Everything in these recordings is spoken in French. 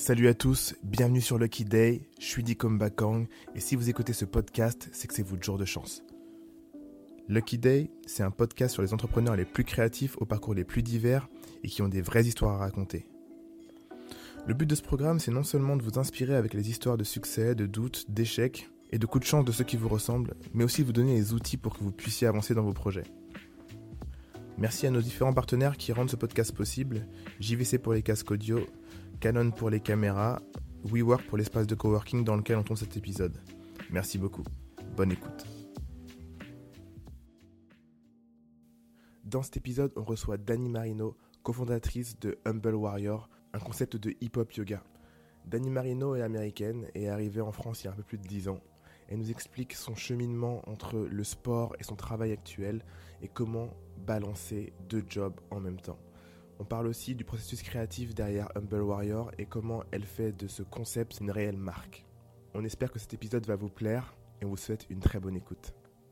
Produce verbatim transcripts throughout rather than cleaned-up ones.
Salut à tous, bienvenue sur Lucky Day, je suis Dikom Bakang et si vous écoutez ce podcast, c'est que c'est votre jour de chance. Lucky Day, c'est un podcast sur les entrepreneurs les plus créatifs aux parcours les plus divers et qui ont des vraies histoires à raconter. Le but de ce programme, c'est non seulement de vous inspirer avec les histoires de succès, de doutes, d'échecs et de coups de chance de ceux qui vous ressemblent, mais aussi de vous donner les outils pour que vous puissiez avancer dans vos projets. Merci à nos différents partenaires qui rendent ce podcast possible, J V C pour les casques audio, Canon pour les caméras, WeWork pour l'espace de coworking dans lequel on tourne cet épisode. Merci beaucoup. Bonne écoute. Dans cet épisode, on reçoit Dani Marino, cofondatrice de Humble Warrior, un concept de hip-hop yoga. Dani Marino est américaine et est arrivée en France il y a un peu plus de dix ans. Elle nous explique son cheminement entre le sport et son travail actuel et comment balancer deux jobs en même temps. On parle aussi du processus créatif derrière Humble Warrior et comment elle fait de ce concept une réelle marque. On espère que cet épisode va vous plaire et on vous souhaite une très bonne écoute.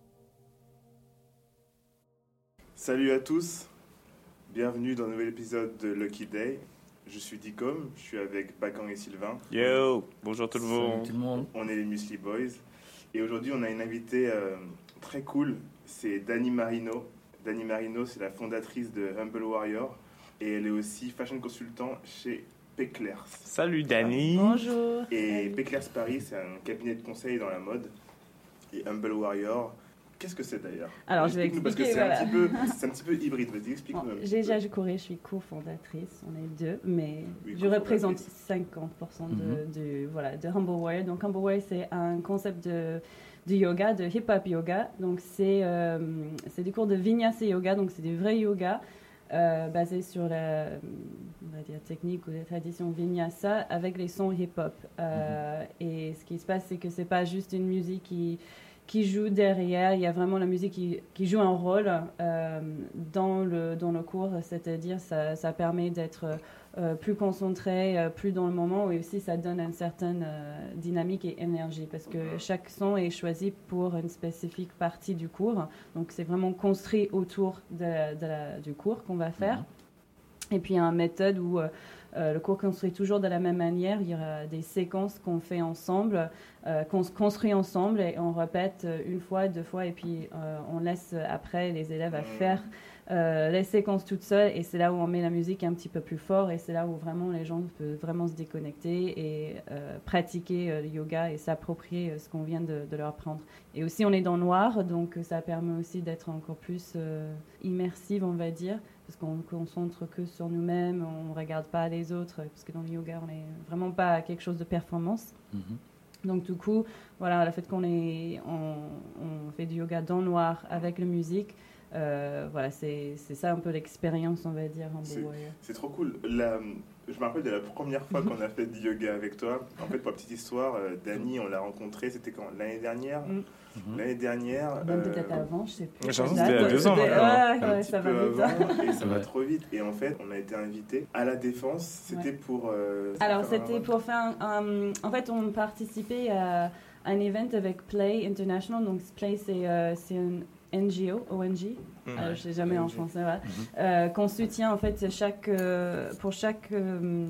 Salut à tous, bienvenue dans un nouvel épisode de Lucky Day. Je suis Dikom, je suis avec Bakang et Sylvain. Yo, bonjour tout le monde. Salut tout le monde. On est les Muesli Boys. Et aujourd'hui, on a une invitée euh, très cool, c'est Dani Marino. Dani Marino, c'est la fondatrice de Humble Warrior et elle est aussi fashion consultant chez Peclers. Salut Dani. Bonjour. Et Peclers Paris, c'est un cabinet de conseil dans la mode. Et Humble Warrior, qu'est-ce que c'est d'ailleurs? Alors, je vais Explique-nous, parce que expliquer, c'est, voilà. un petit peu, c'est un petit peu hybride. Vas-y, explique-nous. Bon, un petit déjà, peu. je courais, je suis cofondatrice, on est deux, mais Oui, je représente cofondatrice. cinquante pour cent de, Mhm. de, voilà, de Humble Warrior. Donc, Humble Warrior, c'est un concept de, de yoga, de hip-hop yoga. Donc, c'est, euh, c'est des cours de Vinyasa yoga, donc c'est du vrai yoga. Euh, basé sur la on va dire, technique ou la tradition Vinyasa avec les sons hip-hop. Euh, mm-hmm. Et ce qui se passe, c'est que c'est pas juste une musique qui, qui joue derrière, il y a vraiment la musique qui, qui joue un rôle euh, dans, le, dans le cours, c'est-à-dire ça, ça permet d'être euh, plus concentré, euh, plus dans le moment, et aussi ça donne une certaine euh, dynamique et énergie, parce que chaque son est choisi pour une spécifique partie du cours, donc c'est vraiment construit autour de, de la, du cours qu'on va faire. Mm-hmm. Et puis il y a une méthode où euh, euh, le cours construit toujours de la même manière, il y aura des séquences qu'on fait ensemble, euh, qu'on se construit ensemble, et on répète une fois, deux fois, et puis euh, on laisse après les élèves à faire Euh, les séquences toutes seules, et c'est là où on met la musique un petit peu plus fort, et c'est là où vraiment les gens peuvent vraiment se déconnecter et euh, pratiquer euh, le yoga et s'approprier euh, ce qu'on vient de, de leur apprendre. Et aussi on est dans le noir, donc ça permet aussi d'être encore plus euh, immersive, on va dire, parce qu'on ne concentre que sur nous-mêmes, on ne regarde pas les autres, parce que dans le yoga on n'est vraiment pas à quelque chose de performance. Mm-hmm. Donc du coup, voilà, le fait qu'on est, on, on fait du yoga dans le noir avec la musique, Euh, voilà, c'est, c'est ça un peu l'expérience, on va dire, en c'est, Warrior. c'est trop cool. La, je me rappelle de la première fois qu'on a fait du yoga avec toi. En fait, pour la petite histoire, euh, Dani, on l'a rencontré, c'était quand? L'année dernière mm-hmm. L'année dernière. Même euh, peut-être avant, je sais plus. J'ai l'impression que c'était il y a deux ans. Ouais, ouais, un ouais, petit ça peu va vite. avant, et ça va Ouais. trop vite. Et en fait, on a été invité à la Défense. C'était Ouais. pour. Euh, Alors, faire c'était un... pour faire un, un. En fait, on participait à un event avec Play International. Donc, Play, c'est, euh, c'est un N G O, O N G, mmh, euh, je ne sais jamais en français, voilà, mmh. euh, qu'on soutient en fait chaque, euh, pour chaque euh,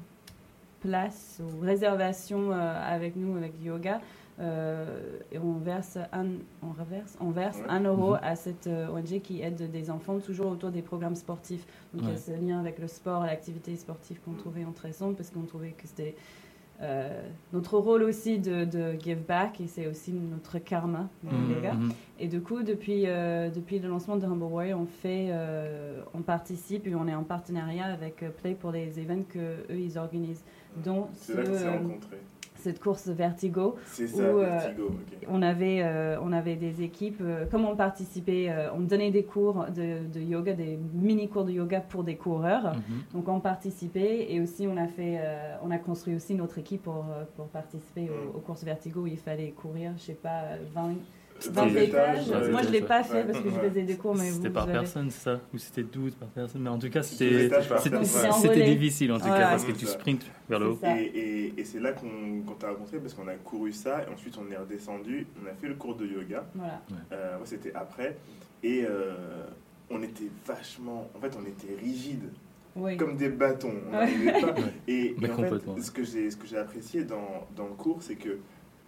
place ou réservation euh, avec nous, avec du yoga, euh, et on verse un, on reverse, on verse ouais. un euro mmh. à cette euh, O N G qui aide des enfants toujours autour des programmes sportifs. Donc ouais. il y a ce lien avec le sport et l'activité sportive qu'on trouvait intéressante, parce qu'on trouvait que c'était Euh, notre rôle aussi de, de give back, et c'est aussi notre karma, mmh, les gars. Mmh. Et du coup, depuis, euh, depuis le lancement de Humble Warrior, on fait, euh, on participe et on est en partenariat avec euh, Play pour les événements que eux ils organisent. Dont c'est ce, là qu'on s'est euh, rencontrés. Cette course Vertigo. C'est ça, où, Vertigo. Euh, okay. on avait, euh, on avait des équipes. Euh, comme on participait, euh, on donnait des cours de, de yoga, des mini cours de yoga pour des coureurs. Mm-hmm. Donc on participait, et aussi on a fait, euh, on a construit aussi notre équipe pour pour participer mm. aux, aux courses Vertigo où il fallait courir, je sais pas, vingt vingt étages. Ouais, Moi je l'ai pas fait ouais, parce que je ouais. faisais des cours, mais c'était vous, par vous avez... personne, c'est ça? Ou c'était douze par personne? Mais en tout cas, c'était, c'était, c'était, c'était difficile en tout ouais. cas, parce que tu sprints vers le haut. Et, et, et c'est là qu'on, qu'on t'a rencontré, parce qu'on a couru ça, et ensuite on est redescendu, on a fait le cours de yoga. Voilà. Euh, ouais, c'était après. Et euh, on était vachement... En fait, on était rigide. oui. comme des bâtons. On n'arrivait pas. Et, Mais et en complètement. fait, ce que j'ai, ce que j'ai apprécié dans, dans le cours, c'est que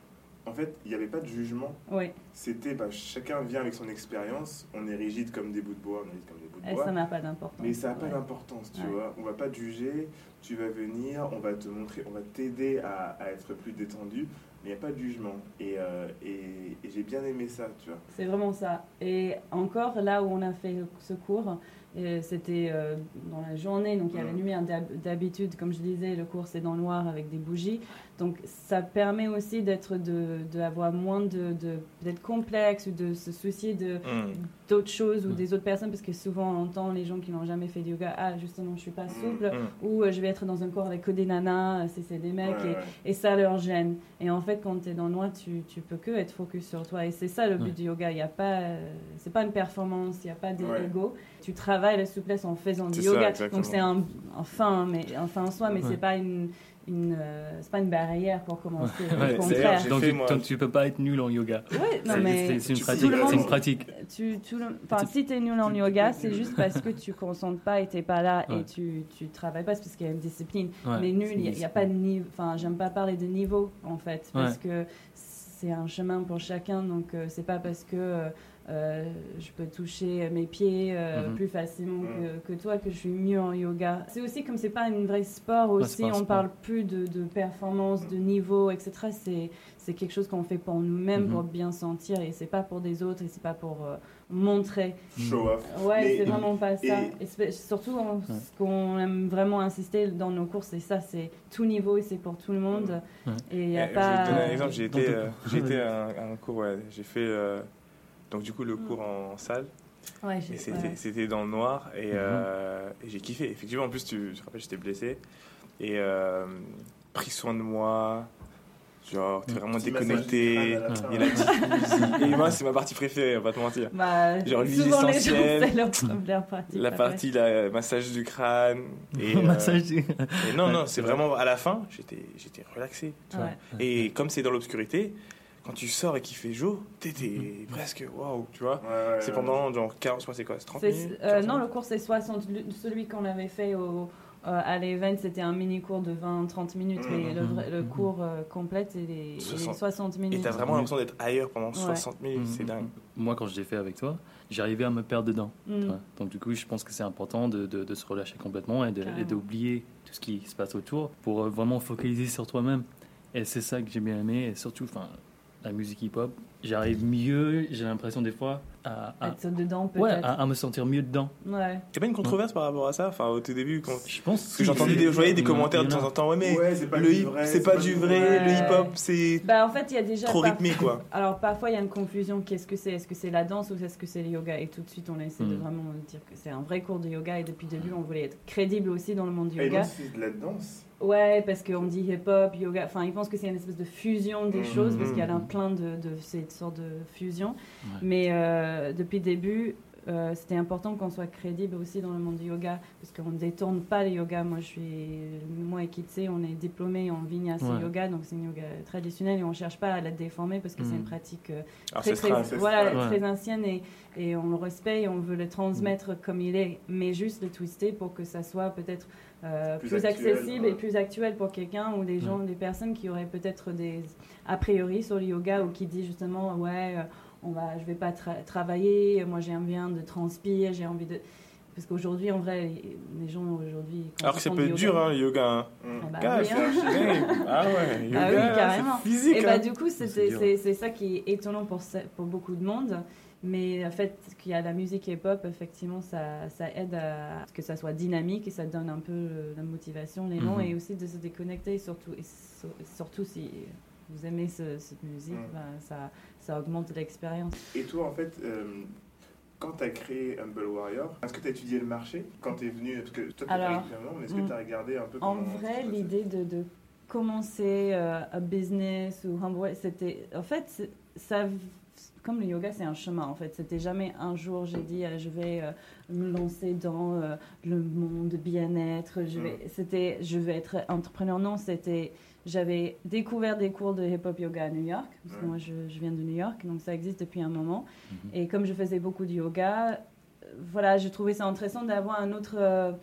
en fait, il n'y avait pas de jugement. Oui. C'était, bah, chacun vient avec son expérience. On est rigide comme des bouts de bois, on est rigide comme des bouts de Et bois. ça n'a pas d'importance. Mais ça n'a pas ouais. d'importance, tu Ouais. vois. On va pas te juger, tu vas venir, on va te montrer, on va t'aider à, à être plus détendu, mais il n'y a pas de jugement. Et, euh, et, et j'ai bien aimé ça, tu vois. C'est vraiment ça. Et encore, là où on a fait ce cours, euh, c'était euh, dans la journée, donc il y a la lumière. D'habitude, comme je disais, le cours c'est dans le noir avec des bougies. Donc ça permet aussi d'être de, d'avoir moins de, de peut-être complexe ou de se soucier de, Mm. d'autres choses ou Mm. des autres personnes, parce que souvent on entend les gens qui n'ont jamais fait de yoga, ah justement je suis pas souple, Mm. ou euh, je vais être dans un cours avec que des nanas, euh, si c'est des mecs, Ouais, et, ouais. et ça leur gêne. Et en fait, quand tu es dans le noir, tu, tu peux que être focus sur toi. Et c'est ça le but Ouais. du yoga. Il y a pas, euh, c'est pas une performance, il n'y a pas d'ego. Ouais. Tu travailles la souplesse en faisant du C'est ça, yoga. exactement. Donc c'est un, un fin, mais un fin en soi, mais Ouais. c'est pas une, une euh, c'est pas une barrière pour commencer. Ouais, Au c'est- contraire. j'ai donc, fait, tu, moi. donc tu peux pas être nul en yoga. Ouais, non C'est- mais c'est, c'est une tu- pratique. tout le C'est monde- une pratique. tu, tu, enfin, Tu- si tu es nul en tu- yoga, tu- c'est juste parce que tu ne concentres pas et tu n'es pas là Ouais. et tu ne travailles pas, c'est parce qu'il y a une discipline. Ouais, Mais nul, c'est il une n'y a, a pas de niveau. Enfin, j'aime pas parler de niveau, en fait, parce que c'est un chemin pour chacun. Donc, euh, c'est pas parce que euh, euh, je peux toucher mes pieds euh, Mhm. plus facilement Mhm. que, que toi que je suis mieux en yoga. C'est aussi comme c'est pas un vrai sport Ouais, aussi, c'est pas un on sport. parle plus de, de performance, de niveau, et cetera. C'est c'est quelque chose qu'on fait pour nous-mêmes, Mhm. pour bien sentir, et c'est pas pour des autres, et c'est pas pour euh, montrer. Show off. Ouais, Mais- c'est vraiment pas ça. et- Et c'est- surtout, on- Ouais. ce qu'on aime vraiment insister dans nos cours, c'est ça, c'est tout niveau et c'est pour tout le monde. Ouais. Et il y a Eh, pas. Je vais te donner un exemple. J'ai Dans été, ton- euh, j'ai été à un, à un cours, ouais. J'ai fait euh, donc du coup le cours en salle. Ouais, j'ai- Et c'était, ouais. c'était dans le noir et, Mhm. euh, et j'ai kiffé. Effectivement, en plus, tu te rappelles, j'étais blessé et euh, pris soin de moi. Genre, t'es Mhm. vraiment Petit déconnecté. massage du crâne à la fin. Il y a la petite musique. Et moi, c'est ma partie préférée, on va pas te mentir. Bah, Genre l'huile souvent, les gens, essentielle. c'est leur, leur pratique. La après. partie, la massage du crâne. Et, Au euh, massage du- et non, non, c'est vraiment à la fin, j'étais, j'étais relaxé. Tu vois. Ouais. Et comme c'est dans l'obscurité, quand tu sors et qu'il fait jour, t'es, t'es presque waouh, tu vois. Ouais, ouais, C'est ouais. pendant genre quarante, je crois, c'est quoi, c'est trente C'est- minutes euh, quarante non, le minutes cours c'est soixante. Le- Celui qu'on avait fait au, euh, à l'event, c'était un mini cours de vingt à trente minutes, Mhm. mais le, vrai- le Mhm. cours euh, complet, il est, il est soixante. soixante Et minutes. t'as vraiment l'impression d'être ailleurs pendant soixante minutes, Mhm. c'est dingue. Moi, quand je l'ai fait avec toi, j'arrivais à me perdre dedans. Mm. tu vois. Donc, du coup, je pense que c'est important de, de, de se relâcher complètement et, de, Carrément. et d'oublier tout ce qui se passe autour pour euh, vraiment focaliser sur toi-même. Et c'est ça que j'ai bien aimé. Et surtout, enfin, la musique hip-hop, j'arrive mieux, j'ai l'impression des fois, à, à, Être dedans, peut-être. ouais, à, à me sentir mieux dedans. Ouais. T'as pas une controverse par rapport à ça? Enfin, au tout début, quand... Je pense Parce que j'ai entendu des, je voyais des commentaires de temps en temps, ouais, mais Ouais, c'est pas le du hip, vrai, c'est pas du vrai, vrai. le hip-hop, c'est Bah, en fait, il y a déjà. trop par- rythmé, quoi. Alors, parfois, il y a une confusion. Qu'est-ce que c'est? Est-ce que c'est la danse ou est-ce que c'est le yoga? Et tout de suite, on essaie de Mm. vraiment dire que c'est un vrai cours de yoga. Et depuis le début, on voulait être crédible aussi dans le monde du Et yoga. donc, c'est de la danse. Ouais, parce qu'on dit hip-hop, yoga. Enfin, ils pensent que c'est une espèce de fusion des Mhm. choses, parce qu'il y a Mhm. plein de, de cette sorte de fusion. Ouais. Mais euh, depuis le début, euh, c'était important qu'on soit crédible aussi dans le monde du yoga, parce qu'on ne détourne pas le yoga. Moi, je suis, moi et Kitse, on est diplômés en Vinyasa Ouais. yoga, donc c'est une yoga traditionnelle et on ne cherche pas à la déformer parce que c'est Mhm. une pratique euh, Alors, très, c'est très, strange. voilà, Ouais. très ancienne et, et on le respecte et on veut le transmettre comme il est, mais juste le twister pour que ça soit peut-être euh, Plus plus, actuel, accessible ouais. et plus actuel pour quelqu'un ou des gens, des personnes qui auraient peut-être des a priori sur le yoga ou qui disent justement ouais, euh, on va, je vais pas tra- travailler, moi j'ai envie de transpirer, j'ai envie de parce qu'aujourd'hui en vrai les gens aujourd'hui quand Alors ils que ça font peut du être yoga- dur, hein, le yoga. Hein. Mm. Ah bah Gars, oui, c'est hein. archi dingue. Ah ouais, yoga, Ah oui, carrément. c'est physique. Et hein. bah du coup, C'est c'était- dur. c'est c'est ça qui est étonnant pour, ce- pour beaucoup de monde. Mais le fait qu'il y a la musique hip-hop, effectivement, ça, ça aide à ce que ça soit dynamique et ça donne un peu euh, la motivation, l'élan, Mhm. et aussi de se déconnecter, surtout, et sur- surtout si vous aimez ce- cette musique, Mhm. bah, ça, ça augmente l'expérience. Et toi, en fait, euh, quand tu as créé Humble Warrior, est-ce que tu as étudié le marché quand tu es venu? Parce que toi, tu Alors, régulièrement, mais est-ce que mm. tu as regardé un peu En comment ça vrai, se passait? l'idée de, de commencer euh, un business ou Humble Warrior, c'était. En fait, c'est- ça, comme le yoga, c'est un chemin. En fait, c'était jamais un jour j'ai dit euh, je vais euh, me lancer dans euh, le monde bien-être. Je vais, Mm. c'était, je vais être entrepreneur. Non, c'était. J'avais découvert des cours de hip-hop yoga à New York, parce que Mm. moi je, je viens de New York, donc ça existe depuis un moment. Mhm. Et comme je faisais beaucoup de yoga, euh, voilà, je trouvais ça intéressant d'avoir un autre, euh,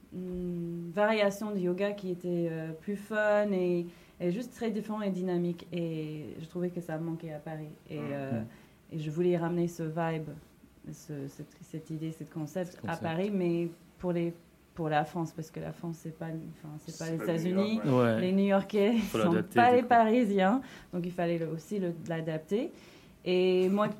une variation de yoga qui était euh, plus fun et, et juste très différent et dynamique. Et je trouvais que ça manquait à Paris. Et, euh, et je voulais ramener ce vibe, ce, cette, cette idée, ce concept, concept à Paris, mais pour les pour la France, parce que la France, c'est pas, enfin, c'est pas c'est les pas États-Unis. New York, ouais. Les New-Yorkais ne sont pas les Parisiens. Donc, il fallait le, aussi le, l'adapter. Et moi,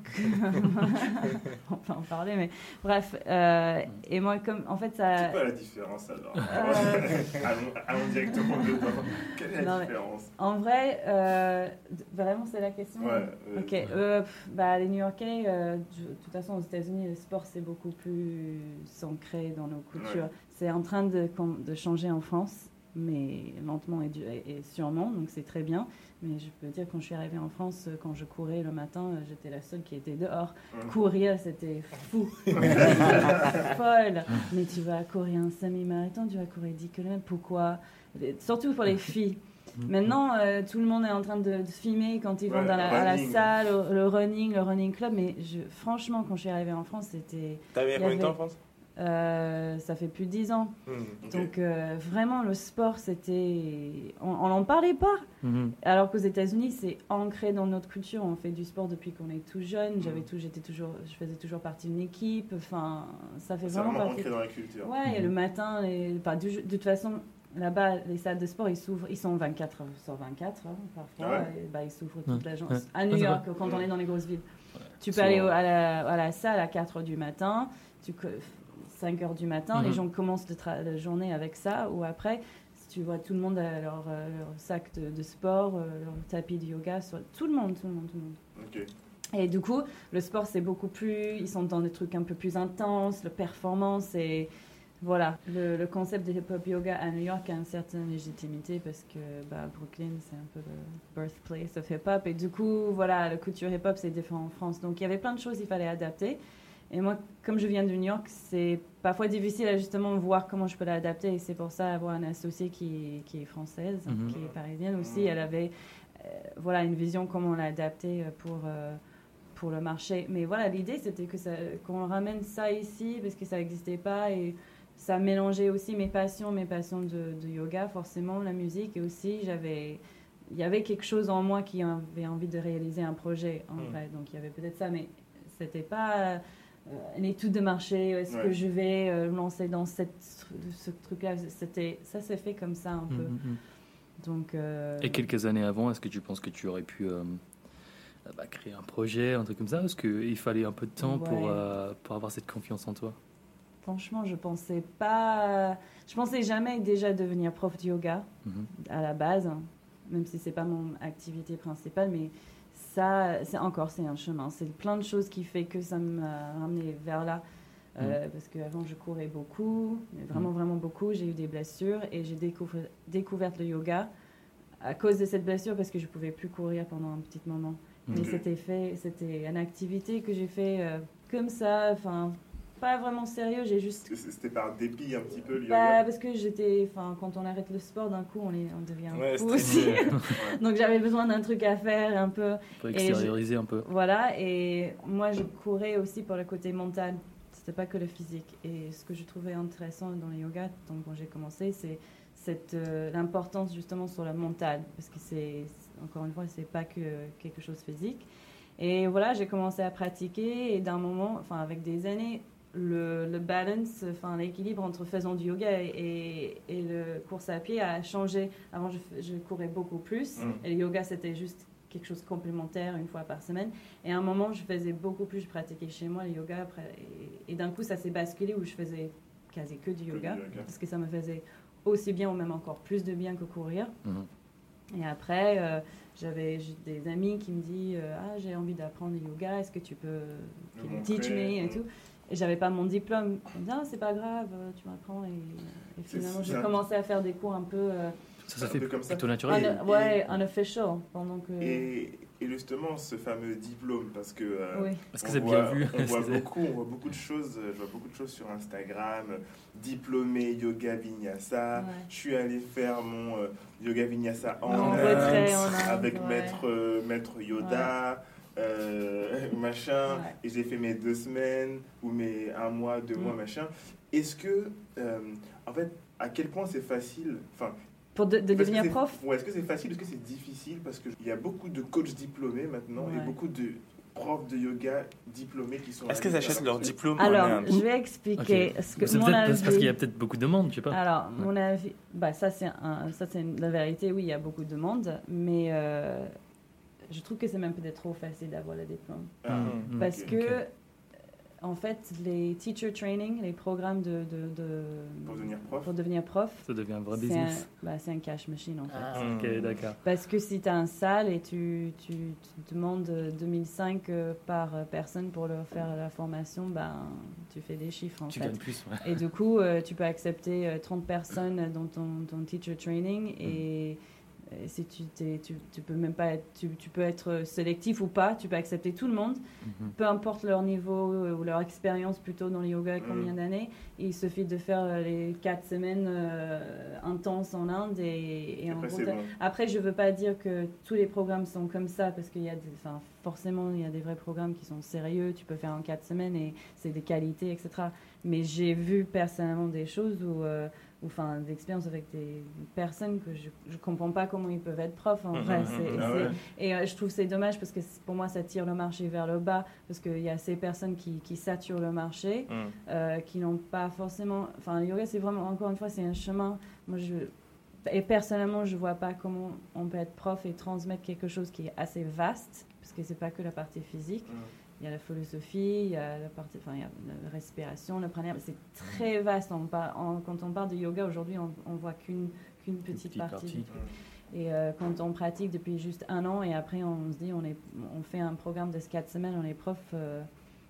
on peut en parler, mais bref. Euh, et moi, comme en fait, ça. C'est quoi la différence alors euh... allons, allons directement dedans. Quelle est la non, différence? En vrai, euh, vraiment, c'est la question. Ouais. Euh, ok. Euh, pff, bah, les New-Yorkais, euh, de toute façon, aux États-Unis, le sport c'est beaucoup plus ancré dans nos cultures. Ouais. C'est en train de, de changer en France, mais lentement et, et, et sûrement. Donc c'est très bien. Mais je peux dire, quand je suis arrivée en France, quand je courais le matin, j'étais la seule qui était dehors. Mmh. Courir, c'était fou. Folle. Mais tu vas courir un semi-marathon, tu vas courir dix kilomètres. Pourquoi? Surtout pour les filles. Maintenant, euh, tout le monde est en train de, de filmer quand ils vont ouais, dans la, à la salle, le, le running, le running club. Mais je, franchement, quand je suis arrivée en France, c'était... T'avais combien de temps en France? Euh, ça fait plus de dix ans. Mmh, okay. Donc, euh, vraiment, le sport, c'était... On n'en parlait pas. Mmh. Alors qu'aux États-Unis, c'est ancré dans notre culture. On fait du sport depuis qu'on est tout jeune. Mmh. J'avais tout, j'étais toujours, je faisais toujours partie d'une équipe. Enfin, ça fait c'est vraiment, vraiment partie... ancré dans la culture. Ouais, mmh. et le matin, les... enfin, de, de toute façon, là-bas, les salles de sport, ils s'ouvrent. Ils sont vingt-quatre sur vingt-quatre, hein, parfois. Ah ouais. Et, bah, ils s'ouvrent toute ouais. la journée. Ouais. À New York, ouais. quand on est dans les grosses villes. Ouais. Tu peux Souvent. aller au, à, la, à la salle à quatre heures du matin. Tu... cinq heures du matin, mm-hmm. les gens commencent de tra- la journée avec ça, ou après, si tu vois tout le monde a leur, euh, leur sac de, de sport, euh, leur tapis de yoga, sur, tout le monde, tout le monde, tout le monde. Okay. Et du coup, le sport, c'est beaucoup plus, ils sont dans des trucs un peu plus intenses, la performance, et voilà. Le, le concept de hip-hop yoga à New York a une certaine légitimité, parce que bah, Brooklyn, c'est un peu le birthplace of hip-hop, et du coup, voilà, la culture hip-hop, c'est différent en France. Donc, il y avait plein de choses qu'il fallait adapter. Et moi, comme je viens de New York, c'est parfois difficile à justement voir comment je peux l'adapter. Et c'est pour ça avoir une associée qui, qui est française, mm-hmm. qui est parisienne aussi. Elle avait euh, voilà, une vision comment l'adapter pour, euh, pour le marché. Mais voilà, l'idée, c'était que ça, qu'on ramène ça ici parce que ça n'existait pas. Et ça mélangeait aussi mes passions, mes passions de, de yoga, forcément, la musique. Et aussi, j'avais... il y avait quelque chose en moi qui avait envie de réaliser un projet, en mm. vrai. Donc, il y avait peut-être ça, mais c'était pas... Euh, une étude de marché, est-ce ouais. que je vais euh, me lancer dans cette, ce truc-là, c'était, ça s'est fait comme ça un peu. Mm-hmm. Donc, euh... Et quelques années avant, est-ce que tu penses que tu aurais pu euh, bah, créer un projet, un truc comme ça? Est-ce qu'il fallait un peu de temps ouais. pour, euh, pour avoir cette confiance en toi? Franchement, je pensais pas... Je pensais jamais déjà devenir prof de yoga mm-hmm. à la base, hein, même si c'est pas mon activité principale, mais... ça, c'est encore, c'est un chemin. C'est plein de choses qui fait que ça m'a ramené vers là. Euh, mmh. Parce qu'avant, je courais beaucoup, mais vraiment, mmh. vraiment beaucoup. J'ai eu des blessures et j'ai découvert, découvert le yoga à cause de cette blessure parce que je ne pouvais plus courir pendant un petit moment. Mmh. Mais c'était fait, c'était une activité que j'ai fait euh, comme ça, enfin... pas vraiment sérieux, j'ai juste... C'était par dépit un petit peu, le bah, yoga? Parce que j'étais... Enfin, quand on arrête le sport, d'un coup, on, est, on devient ouais, fou aussi. ouais. Donc, j'avais besoin d'un truc à faire, un peu... Pour extérioriser je, un peu. Voilà, et moi, je courais aussi pour le côté mental. C'était pas que le physique. Et ce que je trouvais intéressant dans le yoga, donc, quand j'ai commencé, c'est cette, euh, l'importance, justement, sur le mental. Parce que c'est, encore une fois, c'est pas que quelque chose de physique. Et voilà, j'ai commencé à pratiquer, et d'un moment, enfin, avec des années... Le, le balance, enfin l'équilibre entre faisant du yoga et, et, et le course à pied a changé. Avant, je, je courais beaucoup plus mmh. et le yoga, c'était juste quelque chose de complémentaire une fois par semaine. Et à un moment, je faisais beaucoup plus, je pratiquais chez moi le yoga. Après, et, et d'un coup, ça s'est basculé où je faisais quasi que du yoga, que du yoga parce que ça me faisait aussi bien ou même encore plus de bien que courir. Mmh. Et après, euh, j'avais des amis qui me disent euh, « Ah, j'ai envie d'apprendre le yoga, est-ce que tu peux teach me » et tout. Et j'avais pas mon diplôme. Je me disais, ah, c'est pas grave, tu m'apprends. Et, et finalement, j'ai commencé à faire des cours un peu. Euh, ça, ça fait comme plutôt naturel. Un, ouais, unofficial. Pendant que... et, et justement, ce fameux diplôme, parce que. Euh, oui. Parce que c'est bien vu. On voit, beaucoup, on voit beaucoup de choses. Je vois beaucoup de choses sur Instagram. Diplômé yoga vinyasa. Ouais. Je suis allé faire mon euh, yoga vinyasa en Inde avec ouais. maître, euh, maître Yoda. Ouais. euh, machin, Ouais. et j'ai fait mes deux semaines ou mes un mois, deux Mm. mois, machin. Est-ce que, euh, en fait, à quel point c'est facile, enfin, Pour de, de Parce que devenir c'est- prof. Ouais, est-ce que c'est facile, est-ce que c'est difficile? Parce qu'il y a beaucoup de coachs diplômés maintenant et Ouais. beaucoup de profs de yoga diplômés qui sont... Est-ce qu'ils achètent leur diplôme en Alors, Inde? je vais expliquer ce que C'est mon peut-être avis. parce parce qu'il y a peut-être beaucoup de demandes, je sais pas. Alors, mon avis, bah, ça c'est un, ça c'est une- la vérité. Oui, il y a beaucoup de demandes, mais euh, je trouve que c'est même peut-être trop facile d'avoir le diplôme. Ah, Mm, mm. Parce ok. que, en fait, les teacher training, les programmes de, de, de- Pour devenir prof. pour devenir prof, Ça devient un vrai c'est un, business. bah, c'est un cash machine en fait. Ah, Mm. ok, d'accord. Parce que si tu as un salle et tu, tu, tu demandes deux mille cinq euh, par personne pour leur faire la formation, ben, tu fais des chiffres en Tu fait. gagnes plus, ouais. Et du coup, euh, tu peux accepter euh, trente personnes dans ton, ton teacher training et, et si tu, t'es, tu, tu peux même pas être, tu, tu peux être sélectif ou pas, tu peux accepter tout le monde, Mhm. peu importe leur niveau euh, ou leur expérience plutôt dans le yoga, combien Mm. d'années. Il suffit de faire euh, les quatre semaines euh, intenses en Inde et, et Et en après, gros, c'est t'as- bon. après, je veux pas dire que tous les programmes sont comme ça, parce qu'il y a des, enfin, forcément, il y a des vrais programmes qui sont sérieux, tu peux faire en quatre semaines et c'est des qualités, et cetera. Mais j'ai vu personnellement des choses où, euh, ou, enfin, d'expériences avec des personnes que je ne comprends pas comment ils peuvent être profs, en Mhm, vrai. mhm, C'est- ah c'est- ouais. Et euh, je trouve que c'est dommage, parce que c'est- pour moi, ça tire le marché vers le bas, parce qu'il y a ces personnes qui, qui saturent le marché, Mm. euh, qui n'ont pas forcément... Enfin, le yoga, c'est vraiment, encore une fois, c'est un chemin. Moi, je... Et personnellement, je vois pas comment on peut être prof et transmettre quelque chose qui est assez vaste, parce que c'est pas que la partie physique. Mm. Il y a la philosophie, il y a la partie, enfin, il y a la respiration, le pranayama. C'est très vaste. On par- en- quand on parle de yoga aujourd'hui, on, on voit qu'une qu'une petite, petite partie. partie. du truc. Et euh, quand on pratique depuis juste un an et après on se dit on est, on fait un programme de quatre semaines, on est prof. Euh,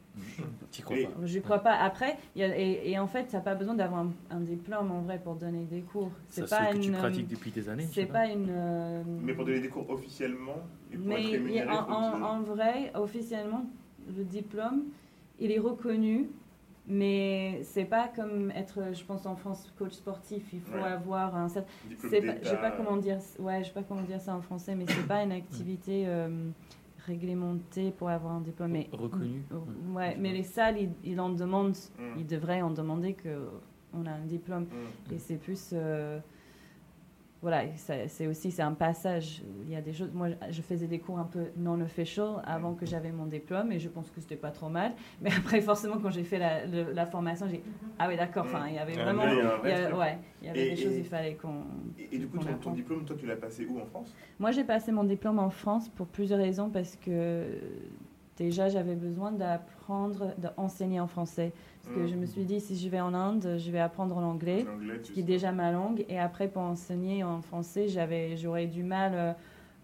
T'y crois Et- pas. je crois pas. Après, il y a, et, et en fait, t'as pas besoin d'avoir un, un diplôme en vrai pour donner des cours. Ça C'est se pas fait que une. tu euh, pratiques depuis des années. je sais C'est pas une. euh, Mais pour donner des cours officiellement, et pour mais être il y rémunéré, a- faut en, que- en vrai, officiellement, le diplôme, il est reconnu, mais c'est pas comme être, je pense en France, coach sportif. Il faut Ouais. avoir un certain. diplôme C'est pas, d'État. je sais pas comment dire. Ouais, je sais pas comment dire ça en français, mais c'est pas une activité euh, réglementée pour avoir un diplôme. Mais, Reconnu. Euh, ouais, mais les salles, ils, ils en demandent. Mm. Ils devraient en demander que on a un diplôme. Mm. Et c'est plus. euh, voilà, ça- c'est aussi c'est un passage. Il y a des choses. Moi, je faisais des cours un peu non-official avant que j'avais mon diplôme et je pense que c'était pas trop mal. Mais après, forcément, quand j'ai fait la, le- la formation, j'ai ah oui, d'accord. Enfin, il y avait Ah, vraiment. mais il y a un il vrai y a- truc. ouais, il y avait Et- des choses. et- Il fallait qu'on. Et, et du coup, qu'on ton, ton apprend. diplôme, toi, tu l'as passé où en France? Moi, j'ai passé mon diplôme en France pour plusieurs raisons parce que déjà, j'avais besoin d'apprendre, d'enseigner en français. Parce que Mm. je me suis dit, si je vais en Inde, je vais apprendre l'anglais, L'anglais, tu ce qui est sais. déjà ma langue. Et après, pour enseigner en français, j'avais, j'aurais du mal euh,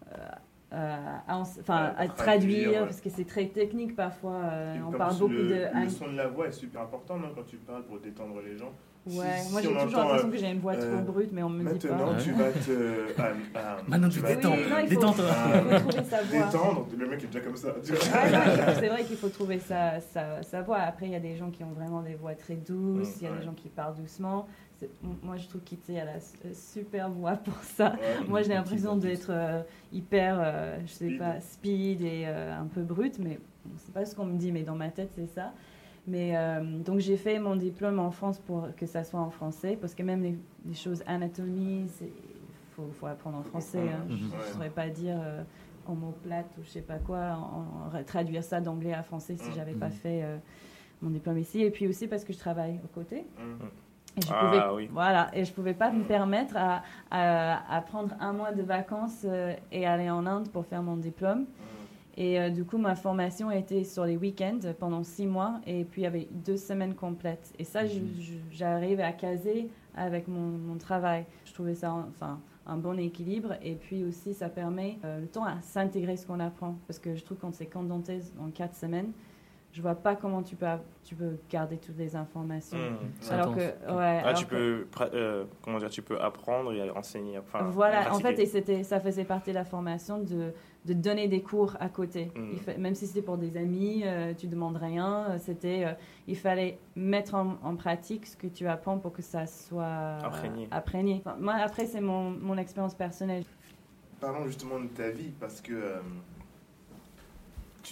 euh, à, ense- enfin, À à traduire, traduire, ouais. parce que c'est très technique parfois. euh, Et on en parle plus, beaucoup le, de... Le son de la voix est super important, non, quand tu parles pour détendre les gens. Si- Ouais, si moi j'ai on toujours entend, l'impression euh, que j'ai une voix euh, trop brute, mais on me dit pas. Maintenant, Ouais. tu vas te. ah, ah, Maintenant, tu vas Oui, détends. non, il faut, Détends-toi. il faut trouver sa voix. détendre. Le mec est déjà comme ça. Ouais, ouais, c'est vrai qu'il faut trouver sa, sa, sa voix. Après, il y a des gens qui ont vraiment des voix très douces, il y a ouais. des gens qui parlent doucement. C'est- Moi, je trouve qu'Itzy a la s- euh, super voix pour ça. Ouais. Moi, j'ai Une l'impression petite d'être euh, hyper, euh, je sais Speed. pas, speed et euh, un peu brute, mais bon, c'est pas ce qu'on me dit, mais dans ma tête, c'est ça. Mais euh, donc, j'ai fait mon diplôme en France pour que ça soit en français, parce que même les, les choses anatomie, il faut, faut apprendre en français. Hein. Je ne Mhm. saurais pas dire euh, omoplate ou je sais pas quoi, en- en- traduire ça d'anglais à français si Mhm. j'avais pas Mhm. fait euh, mon diplôme ici. Et puis aussi parce que je travaille aux côtés. Mm. Et je Ah, pouvais, oui. voilà, et je pouvais pas me permettre à, à, à prendre un mois de vacances euh, et aller en Inde pour faire mon diplôme. Et euh, du coup, ma formation était sur les week-ends pendant six mois et puis il y avait deux semaines complètes. Et ça, je- je- j'arrive à caser avec mon, mon travail. Je trouvais ça enfin, un bon équilibre. Et puis aussi, ça permet euh, le temps à s'intégrer ce qu'on apprend. Parce que je trouve quand c'est condensé en quatre semaines, je vois pas comment tu peux, tu peux garder toutes les informations. Mm. C'est Alors intense. que, ouais, Ah, alors tu que- peux, pra- euh, comment dire, tu peux apprendre et enseigner. Enfin, Voilà, en pratiquer. fait, et c'était, ça faisait partie de la formation de, de donner des cours à côté. Mm. Il fa- même si c'était pour des amis, euh, tu demandes rien. euh, C'était, euh, il fallait mettre en, en pratique ce que tu apprends pour que ça soit Imprégné. imprégné. Enfin, moi, après, c'est mon, mon expérience personnelle. Parlons justement de ta vie, parce que euh, tu,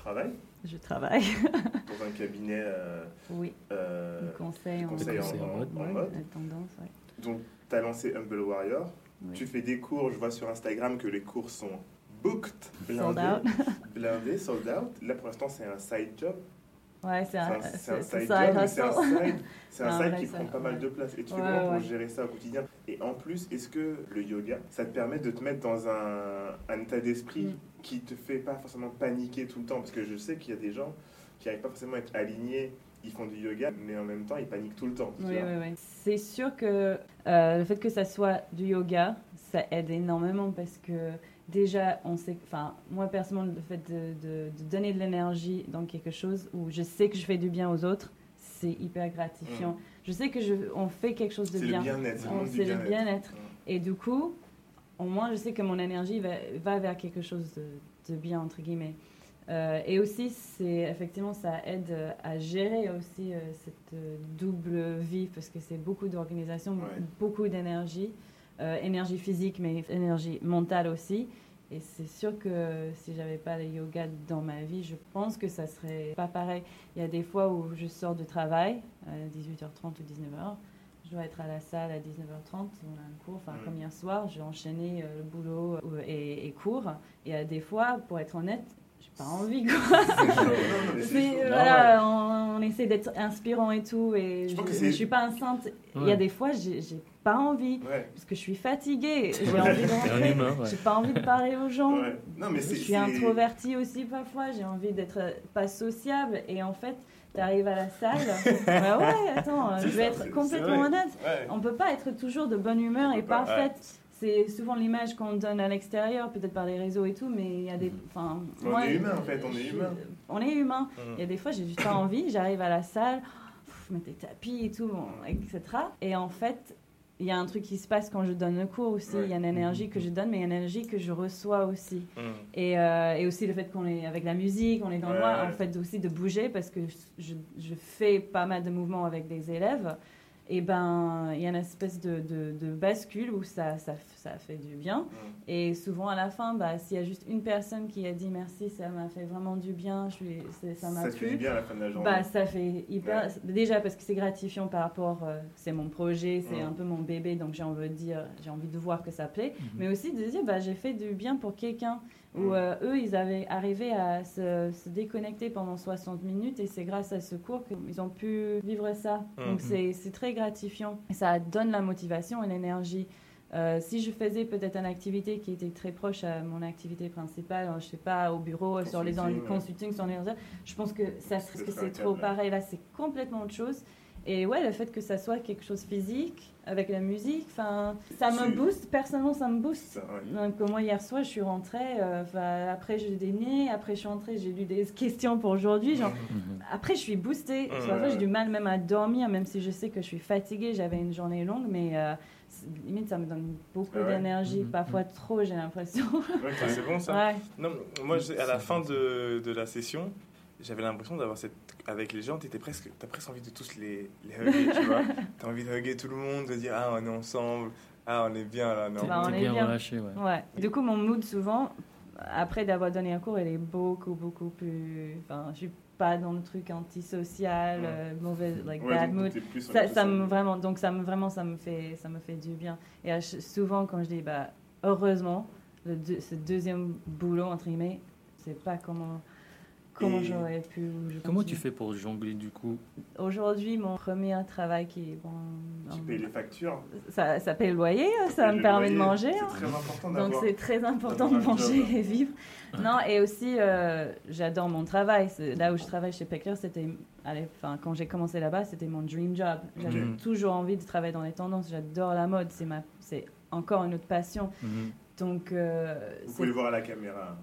travailles? Je travaille. Dans un cabinet euh, oui. euh, de conseil en, conseil en, en, en, ouais, en mode. La tendance, ouais. Donc, tu as lancé Humble Warrior. Oui. Tu fais des cours. Je vois sur Instagram que les cours sont booked, blindés, sold out. blindés, sold out. Là, pour l'instant, c'est un side job. Ouais, c'est un, c'est un, c'est, side c'est job, un mais c'est un side, c'est un un side vrai qui prend side, pas mal ouais. de place. Et tu fais Ouais, comment ouais. pour gérer ça au quotidien? Et en plus, est-ce que le yoga, ça te permet de te mettre dans un, un état d'esprit Mm. qui te fait pas forcément paniquer tout le temps? Parce que je sais qu'il y a des gens qui n'arrivent pas forcément à être alignés. Ils font du yoga, mais en même temps, ils paniquent tout le temps. Oui, oui, oui. C'est sûr que euh, le fait que ça soit du yoga, ça aide énormément parce que déjà, on sait, enfin, moi personnellement, le fait de, de, de donner de l'énergie dans quelque chose où je sais que je fais du bien aux autres, c'est hyper gratifiant. Mmh. Je sais que je, on fait quelque chose de c'est bien. Le bien-être, c'est le On- monde du c'est le bien-être. bien-être. Mmh. Et du coup, au moins, je sais que mon énergie va, va vers quelque chose de, de bien, entre guillemets. Euh, et aussi, c'est, effectivement, ça aide euh, à gérer aussi euh, cette euh, double vie, parce que c'est beaucoup d'organisation, Ouais. beaucoup d'énergie, euh, énergie physique, mais énergie mentale aussi. Et c'est sûr que si j'avais pas le yoga dans ma vie, je pense que ça serait pas pareil. Il y a des fois où je sors du travail à dix-huit heures trente ou dix-neuf heures. Je dois être à la salle à dix-neuf heures trente, on a un cours, enfin Mm. comme hier soir, j'ai enchaîné euh, le boulot euh, et, et cours. Et euh, des fois, pour être honnête, j'ai pas envie quoi. C'est chaud. Non, non, mais c'est C'est- chaud. euh, voilà, on, on essaie d'être inspirant et tout, et Je je, pense que je c'est- suis pas enceinte. Il y a des fois, j'ai, j'ai pas envie Ouais. parce que je suis fatiguée. J'ai envie de T'es un rentrer. humain, ouais. J'ai pas envie de parler aux gens. Ouais. Non, mais Je c'est, suis c'est- introvertie aussi parfois. J'ai envie d'être euh, pas sociable, et en fait, t'arrives à la salle. ouais, ouais, attends, C'est je vais ça, être c'est- complètement c'est vrai. honnête. Ouais. On peut pas être toujours de bonne humeur On et peut pas, parfaite. C'est souvent l'image qu'on donne à l'extérieur, peut-être par les réseaux et tout, mais il y a des. Enfin, On moi, est humain, en fait, on est je- humain. On est humain. Mm. Il y a des fois, j'ai juste pas envie. J'arrive à la salle, pff, mettre des tapis et tout, bon, et cetera. Et en fait, il y a un truc qui se passe quand je donne le cours aussi. Ouais. Il y a une énergie que je donne, mais il y a une énergie que je reçois aussi. Mm. Et, euh, et aussi le fait qu'on est avec la musique, on est dans le Ouais, noir, ouais. en fait aussi de bouger, parce que je, je fais pas mal de mouvements avec des élèves. Et ben, il y a une espèce de, de, de bascule où ça, ça, ça fait du bien. Mm. Et souvent à la fin, bah, s'il y a juste une personne qui a dit merci, ça m'a fait vraiment du bien, je suis, c'est- ça m'a Ça te fait du plu. bien à la fin de la journée. Bah, ça fait hyper. Ouais. Déjà parce que c'est gratifiant par rapport. euh, c'est mon projet, c'est Mm. un peu mon bébé, donc j'ai envie de dire, j'ai envie de voir que ça plaît. Mhm. Mais aussi de dire, bah, j'ai fait du bien pour quelqu'un. Où Mm. euh, eux, ils avaient arrivé à se, se déconnecter pendant soixante minutes, et c'est grâce à ce cours qu'ils ont pu vivre ça. Mm. Donc c'est, c'est très gratifiant. Et ça donne la motivation et l'énergie. Euh, si je faisais peut-être une activité qui était très proche à mon activité principale, je sais pas, au bureau, sur les en- Consulting, ouais. consulting, sur les je pense que ça, C'est que très c'est trop câble. pareil. Là, c'est complètement autre chose. Et ouais, le fait que ça soit quelque chose physique, avec la musique, enfin, ça me C'est- booste. Personnellement, ça me booste. Ça, ouais. Donc moi, hier soir, je suis rentrée, euh, 'fin, après j'ai dîné, après je suis rentrée, j'ai lu des questions pour aujourd'hui. Genre, Mhm. après, je suis boostée. Parce Ouais, qu'après, j'ai ouais. du mal même à dormir, même si je sais que je suis fatiguée, j'avais une journée longue, mais euh, c'est- limite, ça me donne beaucoup Ah ouais. d'énergie, Mhm. parfois trop, j'ai l'impression. Ouais, ça, c'est bon ça. ouais. Non, moi, je- à la fin de, de la session, j'avais l'impression d'avoir cette. Avec les gens, t'étais presque, t'as presque envie de tous les, les hugger, tu vois. T'as envie de hugger tout le monde, de dire ah, on est ensemble, ah, on est bien là, non. T'es Bah, on t'es est bien bien. relâché, ouais. Ouais. Du coup, mon mood, souvent, après d'avoir donné un cours, il est beaucoup, beaucoup plus. Enfin, je suis pas dans le truc antisocial, Ouais. euh, mauvais, like Ouais, bad donc mood. t'es plus sur Ça, le ça me social. vraiment, donc ça me vraiment, ça me fait, ça me fait du bien. Et à ch- souvent, quand je dis, bah, heureusement, le deux- ce deuxième boulot entre guillemets, c'est pas comment, comment Et j'aurais pu. ou je Comment tu continue. fais pour jongler du coup? Aujourd'hui, mon premier travail qui est bon, Tu en- payes les factures. ça, ça paye le loyer, ça payes me le permet de loyer. manger. C'est hein. très important Donc d'avoir. c'est très important de d'avoir un manger job. et vivre. Non, et aussi, euh, j'adore mon travail. C'est- Là où je travaille chez Pecler, c'était, allez, enfin, quand j'ai commencé là-bas, c'était mon dream job. J'avais Mhm. toujours envie de travailler dans les tendances. J'adore la mode. C'est ma, c'est encore une autre passion. Mhm. Donc, euh, Vous c'est- pouvez le voir à la caméra.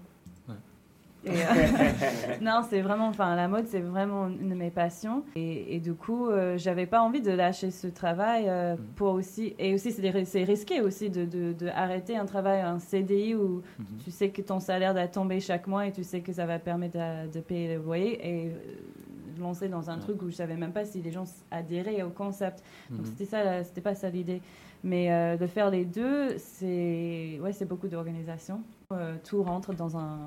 et, euh, non, c'est vraiment, enfin, la mode, c'est vraiment une de mes passions. Et, et du coup, euh, j'avais pas envie de lâcher ce travail euh, Mhm. pour aussi. Et aussi, c'est, des- c'est risqué aussi de, de, de arrêter un travail, un C D I où Mhm. tu sais que ton salaire va tomber chaque mois et tu sais que ça va permettre de, de payer le loyer, et euh, lancer dans un Ouais. truc où je savais même pas si les gens adhéraient au concept. Donc Mhm. c'était ça, la- c'était pas ça l'idée. Mais euh, de faire les deux, c'est ouais, c'est beaucoup d'organisation. Euh, tout rentre dans un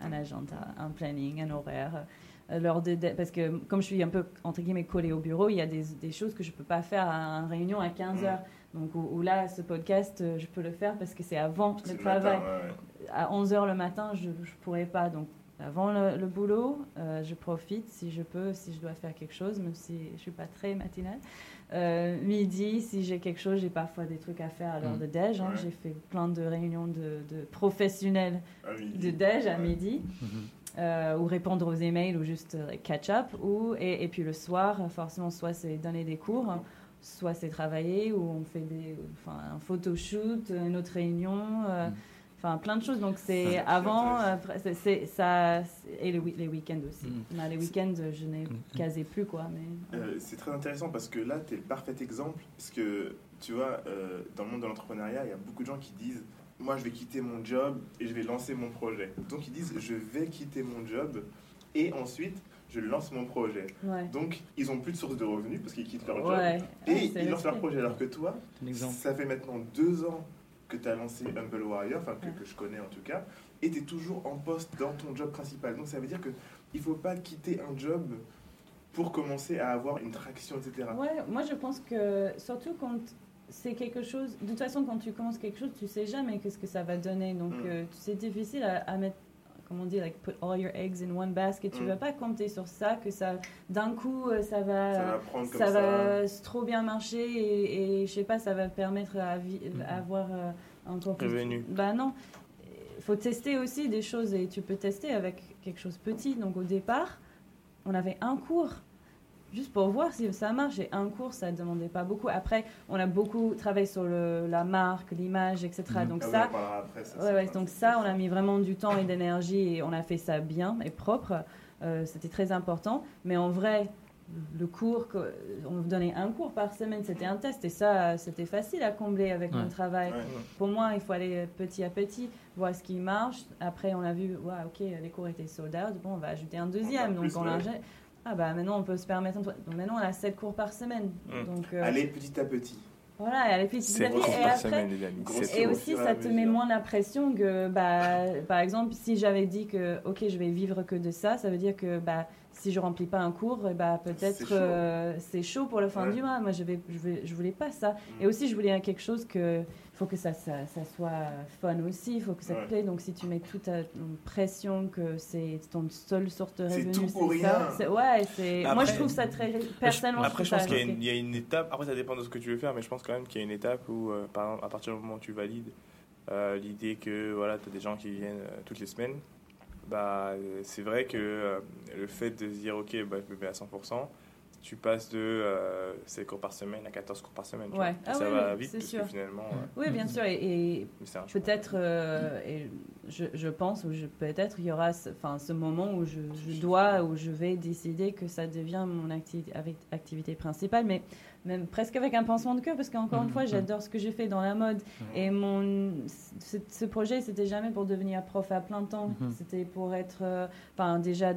un agenda, un planning, un horaire. Euh, lors de, de, parce que comme je suis un peu, entre guillemets, collée au bureau, il y a des, des choses que je ne peux pas faire à une réunion à quinze heures. Donc, où, où là, ce podcast, je peux le faire parce que c'est avant C'est le le travail. matin, ouais, ouais. À onze heures le matin, je ne pourrais pas. Donc, avant le, le boulot, euh, je profite si je peux, si je dois faire quelque chose, même si je ne suis pas très matinale. Euh, midi, si j'ai quelque chose, j'ai parfois des trucs à faire à l'heure Mmh. de déj. Hein. Ouais. J'ai fait plein de réunions de, de professionnels À midi. de déj à Ouais. midi. Mhm. Euh, ou répondre aux emails ou juste euh, catch up. Ou, et, et puis le soir, forcément, soit c'est donner des cours, hein, soit c'est travailler, ou on fait des, enfin, un photoshoot, une autre réunion. Euh, Mm. Enfin, plein de choses. Donc, c'est Ça, c'est avant, intéressant. après, c'est, c'est- ça, c'est- et les, week- les week-ends aussi. Mm. Mais les week-ends, je n'ai Mm. quasi plus, quoi. Mais, Euh, c'est très intéressant parce que là, tu es le parfait exemple. Parce que, tu vois, euh, dans le monde de l'entrepreneuriat, il y a beaucoup de gens qui disent moi, je vais quitter mon job et je vais lancer mon projet. Donc, ils disent je vais quitter mon job et ensuite, je lance mon projet. ouais. Donc, ils n'ont plus de source de revenus parce qu'ils quittent leur job Ouais. et Ouais, c'est ils lancent leur respect. projet. Alors que toi, Un exemple. ça fait maintenant deux ans que tu as lancé Humble Warrior, enfin que, Ouais. que je connais en tout cas, et tu es toujours en poste dans ton job principal. Donc, ça veut dire qu'il ne faut pas quitter un job pour commencer à avoir une traction, et cetera. Ouais, moi je pense que surtout quand c'est quelque chose, de toute façon quand tu commences quelque chose, tu sais jamais qu'est-ce que ça va donner, donc Mm. euh, c'est difficile à, à mettre, comment on dit, like put all your eggs in one basket. Tu Mm. vas pas compter sur ça, que ça d'un coup euh, ça va, Ça va prendre comme ça ça. va trop bien marcher et, et je sais pas, ça va permettre à, vi- Mhm. à avoir euh, encore plus. Revenu. Bah non, il faut tester aussi des choses et tu peux tester avec quelque chose de petit. Donc au départ, on avait un cours. Juste pour voir si ça marche. Et un cours, ça ne demandait pas beaucoup. Après, on a beaucoup travaillé sur le, la marque, l'image, et cetera. Mhm. Donc Ah ouais, ça, on parlera après, ça, ouais, c'est ouais, pas- donc ça, on a mis vraiment du temps et d'énergie et on a fait ça bien et propre. Euh, c'était très important. Mais en vrai, le cours, que- on donnait un cours par semaine, c'était un test. Et ça, c'était facile à combler avec Ouais. mon travail. Ouais. Pour moi, il faut aller petit à petit, voir ce qui marche. Après, on a vu, ouais, ok, les cours étaient sold out. Bon, on va ajouter un deuxième. plus, Donc, on a ouais. ah bah maintenant on peut se permettre. un truc. Donc maintenant on a sept cours par semaine. Mm. Donc euh, Allez, petit à petit. voilà, et aller petit à C'est petit. cours Et par après, semaine, les amis. Grosse C'est et au aussi fur et ça à te mesure. met moins la pression que, bah, par exemple, si j'avais dit que ok je vais vivre que de ça, ça veut dire que bah si je remplis pas un cours, eh bah peut-être C'est chaud. euh, c'est chaud pour la fin Ouais. du mois. Moi je vais, je vais, je voulais pas ça. Mm. Et aussi je voulais quelque chose que faut que ça, ça, ça soit fun aussi, il faut que ça Ouais. te plaît. Donc si tu mets toute ta une pression que c'est ton seule source de C'est revenu, tout pour ça. rien. C'est- Ouais, c'est. Moi Après- je trouve ça très personnellement. Après, je trouve pense ça qu'il y a, une, risqué. il y a une étape. Après, ça dépend de ce que tu veux faire, mais je pense quand même qu'il y a une étape où, euh, par exemple, à partir du moment où tu valides euh, l'idée que voilà, tu as des gens qui viennent euh, toutes les semaines, bah, euh, c'est vrai que euh, le fait de se dire, ok, bah, je me mets à cent pour cent, tu passes de euh, sept cours par semaine à quatorze cours par semaine. tu Ouais. vois. Et Ah ça oui, va oui, vite, c'est parce sûr. que finalement, euh, Oui, bien sûr, et, et mais c'est un choix. peut-être, euh, et je, je pense, ou je, peut-être il y aura ce, enfin, ce moment où je, je dois, où je vais décider que ça devient mon acti- avec, activité principale, mais même presque avec un pansement de cœur, parce qu'encore une Mhm, fois, mhm. j'adore ce que j'ai fait dans la mode. Et mon, ce, ce projet, c'était jamais pour devenir prof à plein temps. Mhm. C'était pour être, euh, enfin, déjà de,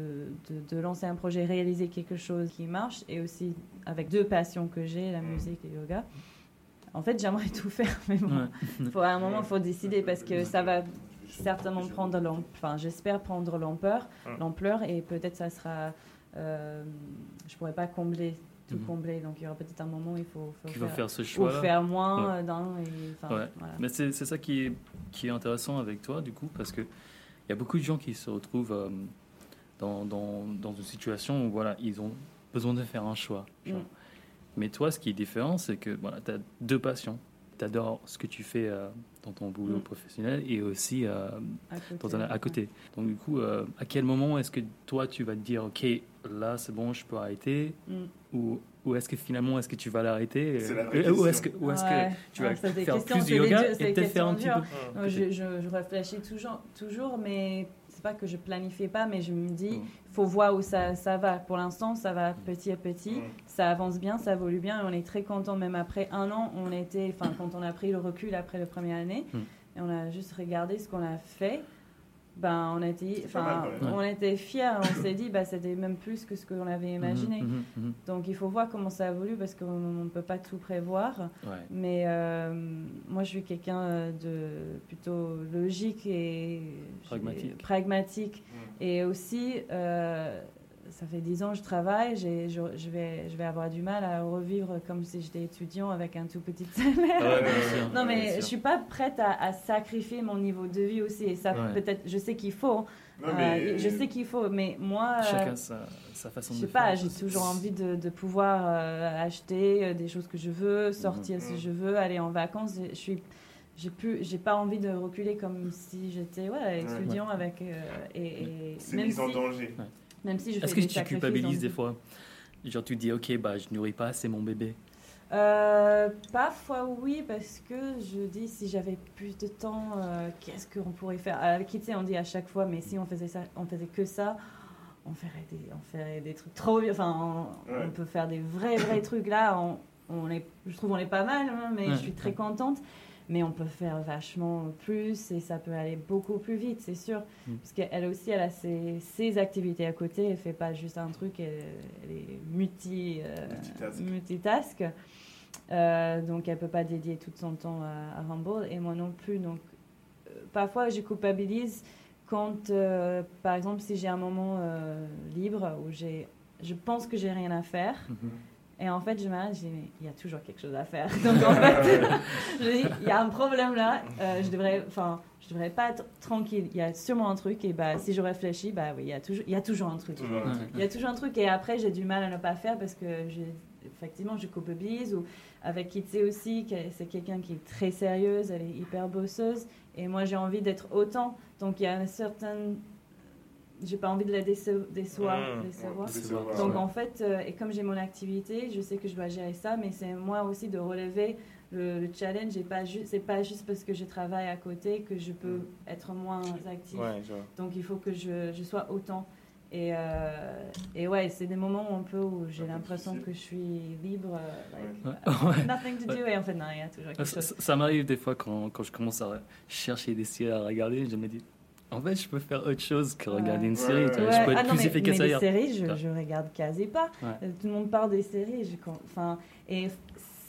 de, de lancer un projet, réaliser quelque chose qui marche, et aussi avec deux passions que j'ai, la musique et le yoga. En fait, j'aimerais tout faire, mais bon, Ouais. faut, à un moment, il faut décider parce que ça va certainement prendre l'ampleur, enfin, j'espère prendre l'ampleur, Mm. l'ampleur, et peut-être ça sera, euh, je pourrais pas combler, tout Mhm. combler, donc il y aura peut-être un moment où il faut, faut Qui va faire, faire ce ou choix-là. faire moins Ouais. euh, d'un, et enfin, Ouais. voilà. Mais c'est c'est ça qui est, qui est intéressant avec toi, du coup, parce qu'il y a beaucoup de gens qui se retrouvent euh, dans, dans, dans une situation où voilà, ils ont besoin de faire un choix. genre. Mm. Mais toi, ce qui est différent, c'est que voilà, tu as deux passions. Tu adores ce que tu fais euh, dans ton boulot Mm. professionnel et aussi euh, À côté, dans un- à ouais. côté. Donc, du coup, euh, à quel moment est-ce que toi, tu vas te dire, OK, là, c'est bon, je peux arrêter Mm. Ou, ou est-ce que finalement, est-ce que tu vas l'arrêter C'est la Euh, vraie Ou est-ce question. que, ou est-ce Ouais. que tu vas Ouais, c'est des faire questions, plus c'est de des yoga dieux- c'est et des peut-être faire un questions petit peu Mm. Moi, je, je, je réfléchis toujours, toujours, mais c'est pas que je planifie pas, mais je me dis, Mm. faut voir où ça, ça va. Pour l'instant, ça va petit à petit, Mm. ça avance bien, ça évolue bien, et on est très content. Même après un an, on était, enfin, quand on a pris le recul après la première année, Mm. et on a juste regardé ce qu'on a fait. ben, on, était, mal, on était fiers, on s'est dit bah, c'était même plus que ce qu'on avait imaginé. Mmh, mmh. Donc il faut voir comment ça évolue parce qu'on ne peut pas tout prévoir. Ouais. Mais euh, moi je suis quelqu'un de plutôt logique et pragmatique. pragmatique. Mmh. Et aussi, euh, ça fait dix ans que je travaille, j'ai, je, je, vais, je vais avoir du mal à revivre comme si j'étais étudiant avec un tout petit salaire. Ouais, bien sûr. Non, mais ouais, je ne suis pas prête à, à sacrifier mon niveau de vie aussi. Et ça, ouais. peut-être, je sais qu'il faut. Non, mais... euh, je sais qu'il faut, mais moi... Chacun euh, sa, sa façon je de sais faire. pas, j'ai toujours envie de, de pouvoir euh, acheter euh, des choses que je veux, sortir Mmh. si je veux, aller en vacances. Je suis... J'ai plus, j'ai pas envie de reculer comme si j'étais ouais, étudiant ouais. avec euh, et, et C'est même mis si, en danger. Ouais. Même si je Est-ce fais que des tu culpabilises des sacrifices, fois? Genre tu te dis ok bah je nourris pas assez mon bébé. Euh, parfois oui, parce que je dis si j'avais plus de temps, euh, qu'est-ce qu'on pourrait faire? Avec Kitsé, on dit à chaque fois, mais si on faisait ça, on faisait que ça, on ferait des, on ferait des trucs trop bien. Enfin, on, Ouais. on peut faire des vrais vrais trucs là. On, on est, je trouve on est pas mal, hein, mais Ouais. je suis très contente. Mais on peut faire vachement plus et ça peut aller beaucoup plus vite, c'est sûr. Mm. Parce qu'elle aussi, elle a ses, ses activités à côté. Elle fait pas juste un truc, elle, elle est multi, euh, Multitask. multitask. Euh, donc elle peut pas dédier tout son temps à, à Humble et moi non plus. Donc euh, parfois je culpabilise quand, euh, par exemple, si j'ai un moment euh, libre où j'ai, je pense que j'ai rien à faire. Mhm. Et en fait, je m'arrête, je dis, mais il y a toujours quelque chose à faire. Donc en fait, je dis, il y a un problème là, euh, je devrais, enfin, je devrais pas être tranquille. Il y a sûrement un truc, et bah, si je réfléchis, bah oui, il y a toujours, il y a toujours un truc. Toujours un truc. Il y a toujours un truc, et après, j'ai du mal à ne pas faire parce que, j'ai, effectivement, je culpabilise. Ou avec Kitsé aussi, c'est quelqu'un qui est très sérieuse, elle est hyper bosseuse, et moi, j'ai envie d'être autant. Donc il y a une certaine... J'ai pas envie de la déce- décevoir. Mmh, décevoir. ouais, décevoir, Donc ouais. en fait, euh, et comme j'ai mon activité, je sais que je dois gérer ça, mais c'est moi aussi de relever le, le challenge. Et pas ju- c'est pas juste parce que je travaille à côté que je peux être moins active. Ouais, je vois. Donc il faut que je, je sois autant. Et, euh, et ouais, c'est des moments un peu où j'ai Un peu l'impression difficile. que je suis libre. euh, like, Ouais. Ouais. Nothing to do. Et en fait, non, il y a toujours quelque Ça, chose. ça- ça m'arrive des fois quand, quand je commence à chercher des séries à regarder, je me dis en fait je peux faire autre chose que regarder une Ouais. série. tu vois, Ouais. Je peux être Ah non, plus mais, efficace mais ailleurs. les séries, je, Ouais. je regarde quasi pas. Ouais. Euh, Tout le monde parle des séries. Je, con- enfin, et f-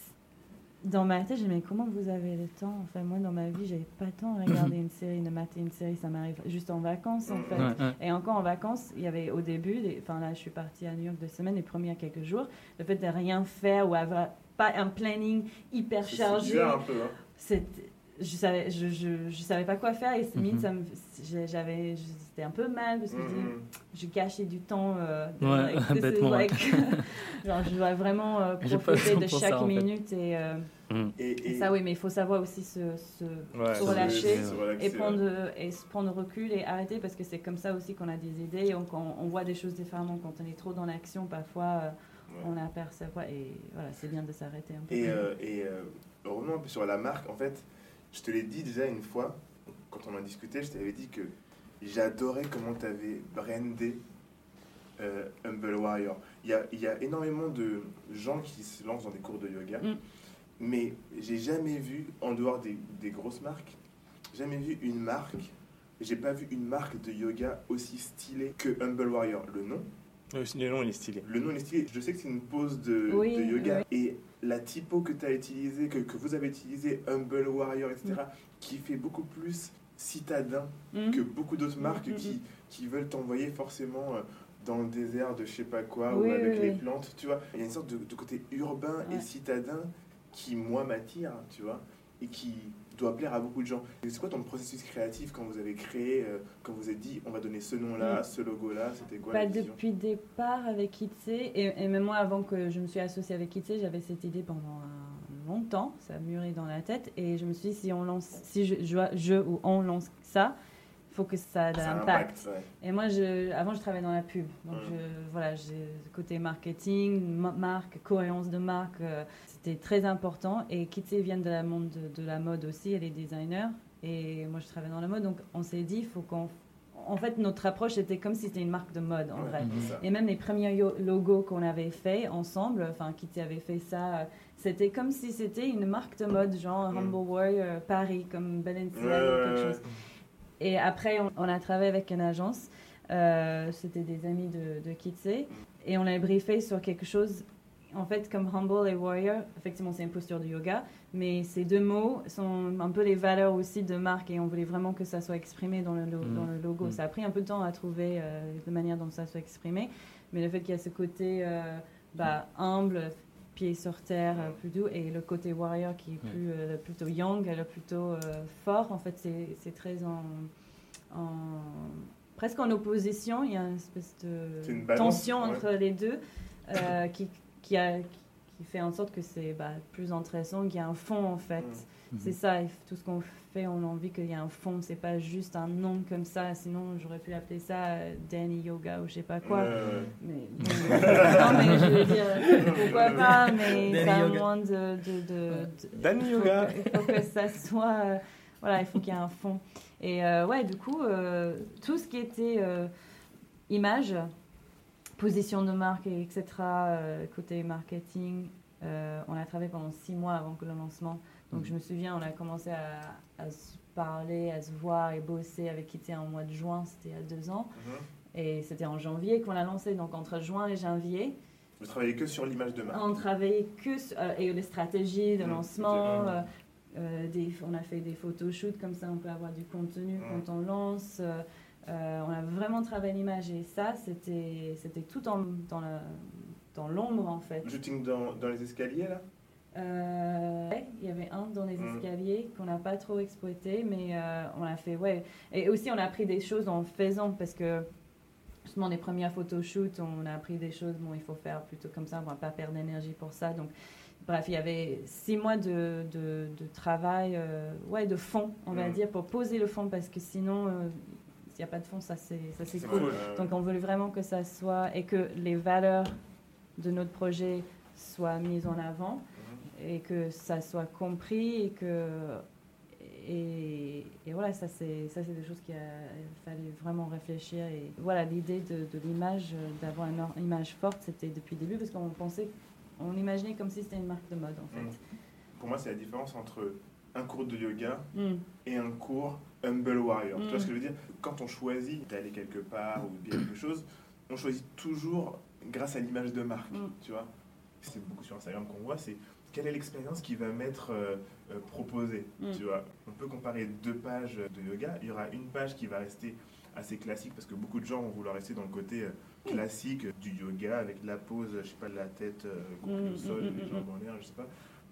dans ma tête, je me dis, mais comment vous avez le temps? Enfin, moi, dans ma vie, j'avais pas le temps de regarder une série, de mater une série. Ça m'arrive juste en vacances, en fait. Ouais, ouais. Et encore en vacances, il y avait au début, des- enfin là, je suis partie à New York deux semaines, les premiers quelques jours, le fait de rien faire ou avoir pas un planning hyper C'est chargé, bizarre un peu, hein. c'était- je savais, je, je, je savais pas quoi faire et limite, Mhm. ça me, j'ai- j'avais, j'étais un peu mal parce que je dis, Mhm. je gâchais du temps. Euh, de- Ouais, like, this is bêtement, ouais. like- genre, je dois vraiment euh, J'ai pas le profiter temps de pour chaque ça, en fait. minute et, euh, Mm. Et, et ça, oui, mais il faut savoir aussi se, se, Ouais, se se- relâcher se relaxer, et ouais. prendre, et se prendre recul et arrêter parce que c'est comme ça aussi qu'on a des idées et on, on, on voit des choses différemment. Quand on est trop dans l'action, parfois euh, Ouais. on aperçoit et voilà, c'est bien de s'arrêter un peu. Et, euh, et euh, revenons un peu sur la marque. En fait, je te l'ai dit déjà une fois, quand on en discutait, je t'avais dit que j'adorais comment tu avais brandé euh, Humble Warrior. Il y, a, il y a énormément de gens qui se lancent dans des cours de yoga, Mm. mais j'ai jamais vu, en dehors des, des grosses marques, jamais vu une marque, j'ai pas vu une marque de yoga aussi stylée que Humble Warrior. Le nom, Le nom, il est stylé. Le nom est stylé. Je sais que c'est une pose de, Oui, de yoga. Et la typo que tu as utilisée, que, que vous avez utilisée, Humble Warrior, et cetera, Mm. qui fait beaucoup plus citadin Mhm. que beaucoup d'autres marques Mhm. qui, qui veulent t'envoyer forcément euh, dans le désert de je sais pas quoi, Oui, ou avec oui, les oui. plantes, tu vois. Il y a une sorte de, de côté urbain et Ouais. citadin qui, moi, m'attire, tu vois, et qui doit plaire à beaucoup de gens. Et c'est quoi ton processus créatif quand vous avez créé, euh, quand vous avez dit on va donner ce nom-là, Mm. ce logo-là, c'était quoi Bah, la vision? depuis le départ avec Kitsé, et, et même moi avant que je me suis associée avec Kitsé, j'avais cette idée pendant un long temps, ça a mûri dans la tête, et je me suis dit si, on lance, si je, je, je ou on lance ça, il faut que ça ait de Ça a un l'impact. impact, ouais. Et moi, je, avant, je travaillais dans la pub. Donc, Mm. je, voilà, j'ai le côté marketing, ma- marque, cohérence de marque. euh, c'était très important. Et Kitsé vient de la monde de, de la mode aussi. Elle est designer. Et moi, je travaille dans la mode. Donc, on s'est dit, il faut qu'on... En fait, notre approche était comme si c'était une marque de mode, en Ouais, vrai. c'est ça. Et même les premiers yo- logos qu'on avait fait ensemble, enfin, Kitsé avait fait ça, euh, c'était comme si c'était une marque de mode, genre Mm. Humble Warrior Paris, comme Balenciaga Ouais, ou ouais, quelque ouais. chose. Et après, on, on a travaillé avec une agence. Euh, c'était des amis de, de Kitsé. Et on a briefé sur quelque chose, en fait, comme Humble et Warrior. Effectivement, c'est une posture de yoga. Mais ces deux mots sont un peu les valeurs aussi de marque. Et on voulait vraiment que ça soit exprimé dans le, lo- mmh. dans le logo. Mmh. Ça a pris un peu de temps à trouver euh, la manière dont ça soit exprimé. Mais le fait qu'il y a ce côté euh, bah, humble, pied sur terre, euh, plus doux, et le côté warrior qui est plus, euh, plutôt yang, le plutôt euh, fort, en fait, c'est, c'est très en, en... presque en opposition. Il y a une espèce de une balance, tension ouais. entre les deux euh, qui, qui, a, qui fait en sorte que c'est bah, plus intéressant, qu'il y a un fond, en fait. Mmh. C'est ça, tout ce qu'on fait, on a envie qu'il y ait un fond, c'est pas juste un nom comme ça, sinon j'aurais pu appeler ça Danny Yoga ou je sais pas quoi. Euh... Mais, bon, non, mais je veux dire, pourquoi pas, mais Danny ça a moins de... de, de, de Danny Yoga. Il faut que ça soit... Euh, voilà, il faut qu'il y ait un fond. Et euh, ouais, du coup, euh, tout ce qui était euh, image, position de marque, et cetera, euh, côté marketing, euh, on a travaillé pendant six mois avant que le lancement. Donc, je me souviens, on a commencé à, à se parler, à se voir et bosser avec Kitsé en mois de juin, c'était il y a deux ans. Mm-hmm. Et c'était en janvier qu'on l'a lancé, donc entre juin et janvier. Vous travaillez que sur l'image de marque? On travaillait que sur euh, et les stratégies de mmh, lancement. Euh, euh, des, on a fait des photoshoots, comme ça on peut avoir du contenu mmh. quand on lance. Euh, euh, on a vraiment travaillé l'image et ça, c'était, c'était tout en, dans, la, dans l'ombre en fait. Le shooting dans, dans les escaliers là? Euh, ouais, il y avait un dans les escaliers mmh. qu'on n'a pas trop exploité, mais euh, on l'a fait, ouais. Et aussi, on a appris des choses en faisant, parce que justement, les premières photoshoots, on a appris des choses, bon, il faut faire plutôt comme ça, on ne va pas perdre d'énergie pour ça. Donc, bref, il y avait six mois de, de, de travail, euh, ouais, de fond, on mmh. va dire, pour poser le fond, parce que sinon, euh, s'il n'y a pas de fond, ça c'est, ça, c'est, c'est cool. cool. Donc, on voulait vraiment que ça soit, et que les valeurs de notre projet soient mises en avant. Et que ça soit compris et que et, et voilà, ça c'est ça c'est des choses qu'il fallait vraiment réfléchir. Et voilà, l'idée de, de l'image, d'avoir une, une image forte, c'était depuis le début, parce qu'on pensait, on imaginait comme si c'était une marque de mode en fait. Mmh. Pour moi, c'est la différence entre un cours de yoga mmh. et un cours Humble Warrior. Mmh. Tu vois ce que je veux dire? Quand on choisit d'aller quelque part ou bien quelque chose, on choisit toujours grâce à l'image de marque. Mmh. Tu vois, c'est beaucoup sur Instagram qu'on voit, c'est quelle est l'expérience qui va m'être euh, euh, proposée, mm. tu vois. On peut comparer deux pages de yoga. Il y aura une page qui va rester assez classique, parce que beaucoup de gens vont vouloir rester dans le côté euh, classique du yoga, avec la pose, je sais pas, de la tête euh, couplée mm. au sol, mm. les jambes en l'air, je sais pas.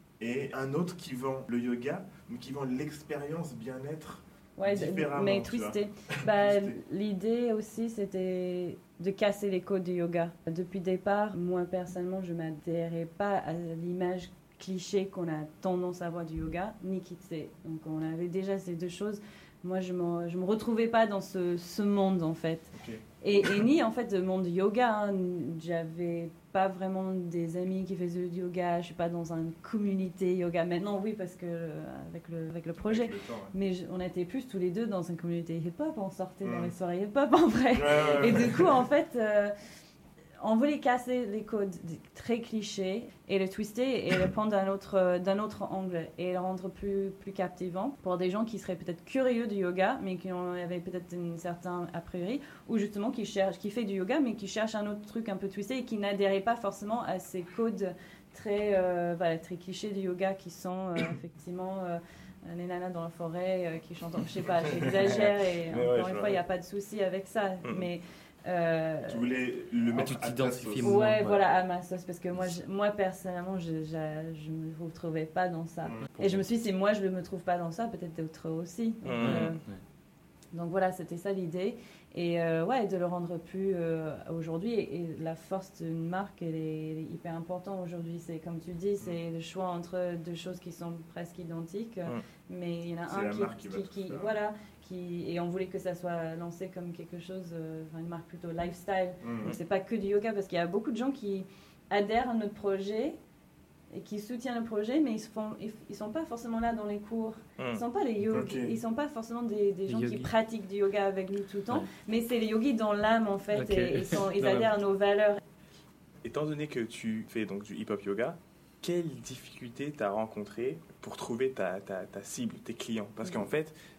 Et un autre qui vend le yoga, mais qui vend l'expérience bien-être ouais, différemment. Mais twisté. Bah, l'idée aussi, c'était de casser les codes du yoga. Depuis le départ, moi personnellement, je ne m'adhérais pas à l'image cliché qu'on a tendance à voir du yoga, ni Kitsé. Donc on avait déjà ces deux choses. Moi, je ne me retrouvais pas dans ce, ce monde, en fait. Okay. Et, et ni, en fait, le monde du yoga. Hein. J'avais pas vraiment des amis qui faisaient du yoga. Je ne suis pas dans une communauté yoga. Maintenant, oui, parce que euh, avec, le, avec le projet. Avec le temps, ouais. Mais je, on était plus tous les deux dans une communauté hip-hop. On sortait mmh. dans les soirées hip-hop, en vrai. Ouais, ouais, ouais. Et du coup, en fait... Euh, on voulait casser les codes très clichés et le twister et le prendre d'un autre, d'un autre angle et le rendre plus, plus captivant pour des gens qui seraient peut-être curieux du yoga mais qui avaient peut-être un certain a priori, ou justement qui cherchent, qui fait du yoga mais qui cherchent un autre truc un peu twisté et qui n'adhéraient pas forcément à ces codes très, euh, voilà, très clichés du yoga qui sont euh, effectivement... Euh, les nanas dans la forêt euh, qui chantent, je sais pas, j'exagère et mais encore ouais, une fois il n'y a pas de souci avec ça, mm. mais Euh, tu voulais le mettre tu t'identifies ouais, ouais, voilà, à ma sauce, parce que moi, je, moi personnellement, je ne me retrouvais pas dans ça. Mmh. Et je me suis dit, si moi, je ne me trouve pas dans ça, peut-être d'autres aussi. Donc, mmh. euh, ouais. donc voilà, c'était ça l'idée. Et euh, ouais, de le rendre plus euh, aujourd'hui. Et, et la force d'une marque, elle est, elle est hyper importante aujourd'hui. C'est, comme tu dis, c'est le choix entre deux choses qui sont presque identiques. Mmh. Mais il y en a c'est un qui... qui, qui, qui voilà. Qui, et on voulait que ça soit lancé comme quelque chose, euh, une marque plutôt lifestyle. Mmh. Donc c'est pas que du yoga, parce qu'il y a beaucoup de gens qui adhèrent à notre projet et qui soutiennent le projet, mais ils font, ils, ils sont pas forcément là dans les cours. Mmh. Ils sont pas les yogis, okay. Ils sont pas forcément des, des gens qui pratiquent du yoga avec nous tout le temps, ouais. mais c'est les yogis dans l'âme en fait, okay. et ils, sont, ils adhèrent à nos valeurs. Étant donné que tu fais donc du hip-hop yoga, quelles difficultés tu as rencontrées pour trouver ta, ta, ta cible, tes clients? Parce mmh. qu'en fait,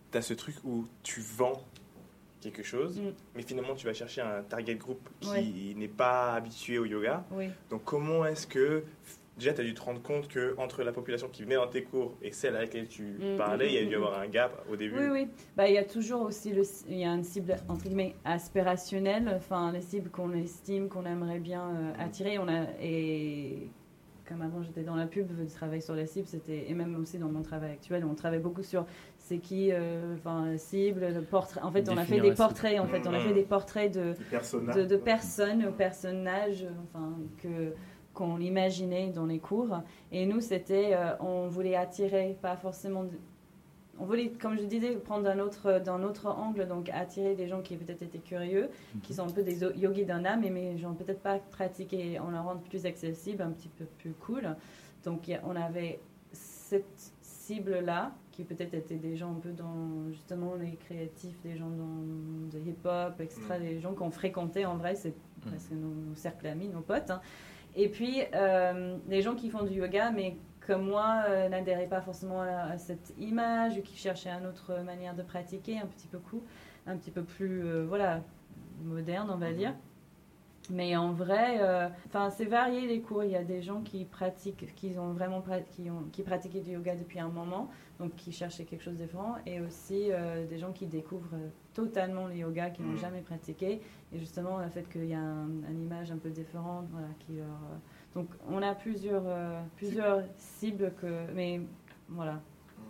tu as ce truc où tu vends quelque chose, mm. mais finalement tu vas chercher un target group qui ouais. n'est pas habitué au yoga. Oui. Donc comment est-ce que, déjà tu as dû te rendre compte qu'entre la population qui venait dans tes cours et celle avec laquelle tu mm. parlais, mm. il y a dû y avoir un gap au début. Oui, oui. Bah, il y a toujours aussi le, il y a une cible entre guillemets aspirationnelle, enfin les cibles qu'on estime, qu'on aimerait bien euh, attirer. On a, et comme avant j'étais dans la pub, je travaille sur la cible, c'était, et même aussi dans mon travail actuel, on travaille beaucoup sur c'est qui, enfin euh, cible, le portrait. En fait, Définir on a fait des portraits. En fait, on a fait des portraits de de, de personnes, personnages, enfin que qu'on imaginait dans les cours. Et nous, c'était, euh, on voulait attirer, pas forcément, de, on voulait, comme je disais, prendre d'un autre d'un autre angle, donc attirer des gens qui peut-être étaient curieux, mm-hmm. qui sont un peu des yogis d'un âme, mais qui n'ont peut-être pas pratiqué, on leur rend plus accessible, un petit peu plus cool. Donc, on avait cette cible-là, qui peut-être étaient des gens un peu dans, justement, les créatifs, des gens dans de hip-hop, et cetera, mmh. des gens qu'on fréquentait, en vrai, c'est mmh. presque nos, nos cercles amis, nos potes. Hein. Et puis, euh, des gens qui font du yoga, mais comme moi, euh, n'adhéraient pas forcément à, à cette image, ou qui cherchaient une autre manière de pratiquer, un petit peu cool, un petit peu plus, euh, voilà, moderne, on va mmh. dire. Mais en vrai, enfin euh, c'est varié les cours. Il y a des gens qui pratiquent, qui ont vraiment qui ont qui pratiquaient du yoga depuis un moment, donc qui cherchaient quelque chose de différent, et aussi euh, des gens qui découvrent totalement le yoga, qui n'ont mmh. jamais pratiqué, et justement le fait qu'il y a un, une image un peu différente, voilà, qui leur. Euh, donc on a plusieurs euh, plusieurs cibles que, mais voilà.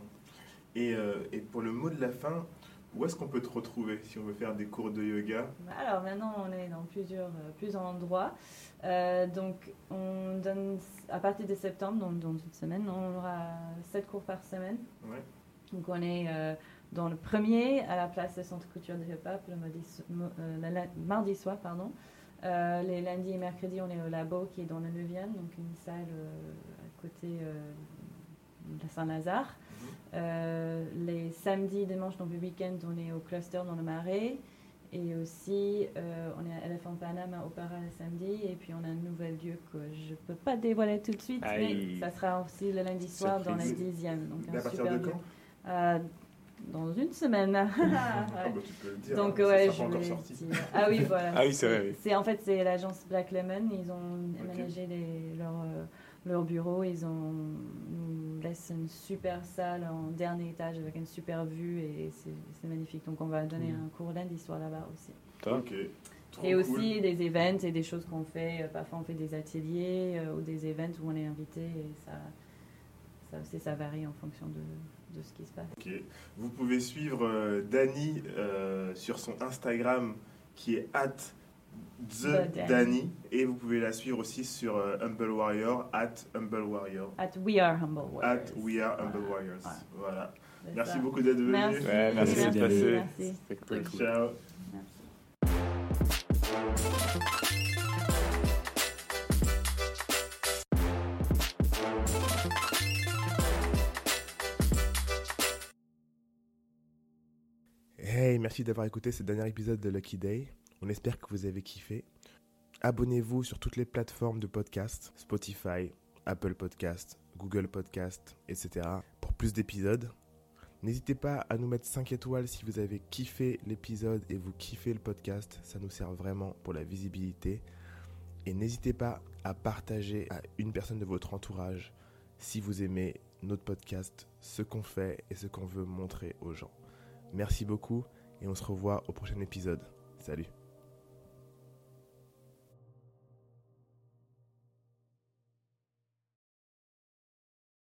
Et euh, et pour le mot de la fin. Où est-ce qu'on peut te retrouver si on veut faire des cours de yoga ? Alors maintenant, on est dans plusieurs, euh, plusieurs endroits. Euh, donc, on donne, à partir de septembre, donc dans une semaine, on aura sept cours par semaine. Ouais. Donc, on est euh, dans le premier, à la place de Centre Culture de Hip-Hop, le mardi, euh, la, mardi soir. Pardon. Euh, les lundis et mercredis, on est au Labo, qui est dans le neuvième, donc une salle euh, à côté euh, de Saint-Lazare. Euh, les samedis, dimanches, donc le week-end, on est au cluster dans le Marais. Et aussi, euh, on est à Elephant Panama au Para le samedi. Et puis, on a un nouvel lieu que je ne peux pas dévoiler tout de suite. Aïe. Mais ça sera aussi le lundi soir dans le dixième. Donc, un à partir de quand euh, Dans une semaine. ah, bah, tu peux le dire. Donc, hein, ouais, je vais dire. Ah oui, voilà. Ah oui, c'est vrai. Oui. C'est, en fait, c'est l'agence Black Lemon. Ils ont aménagé okay. leur... Euh, leur bureau, ils ont, nous laissent une super salle en dernier étage avec une super vue et c'est, c'est magnifique. Donc on va donner mmh. un cours lundi soir là-bas aussi. Ok. Trop et cool. Aussi des events et des choses qu'on fait. Parfois on fait des ateliers euh, ou des events où on est invité et ça, ça aussi ça varie en fonction de, de ce qui se passe. Ok. Vous pouvez suivre euh, Dani euh, sur son Instagram qui est at The Dani, et vous pouvez la suivre aussi sur uh, Humble Warrior, at Humble Warrior. At We Are Humble Warriors. At We Are Humble voilà. Warriors. Voilà. voilà. Merci ça. beaucoup d'être venu. Merci, ouais, merci, merci d'être passé. Merci. C'était cool. cool. Ciao. Hey, merci d'avoir écouté ce dernier épisode de Lucky Day. On espère que vous avez kiffé. Abonnez-vous sur toutes les plateformes de podcast, Spotify, Apple Podcast, Google Podcast, et cetera pour plus d'épisodes. N'hésitez pas à nous mettre cinq étoiles si vous avez kiffé l'épisode et vous kiffez le podcast. Ça nous sert vraiment pour la visibilité. Et n'hésitez pas à partager à une personne de votre entourage si vous aimez notre podcast, ce qu'on fait et ce qu'on veut montrer aux gens. Merci beaucoup et on se revoit au prochain épisode. Salut.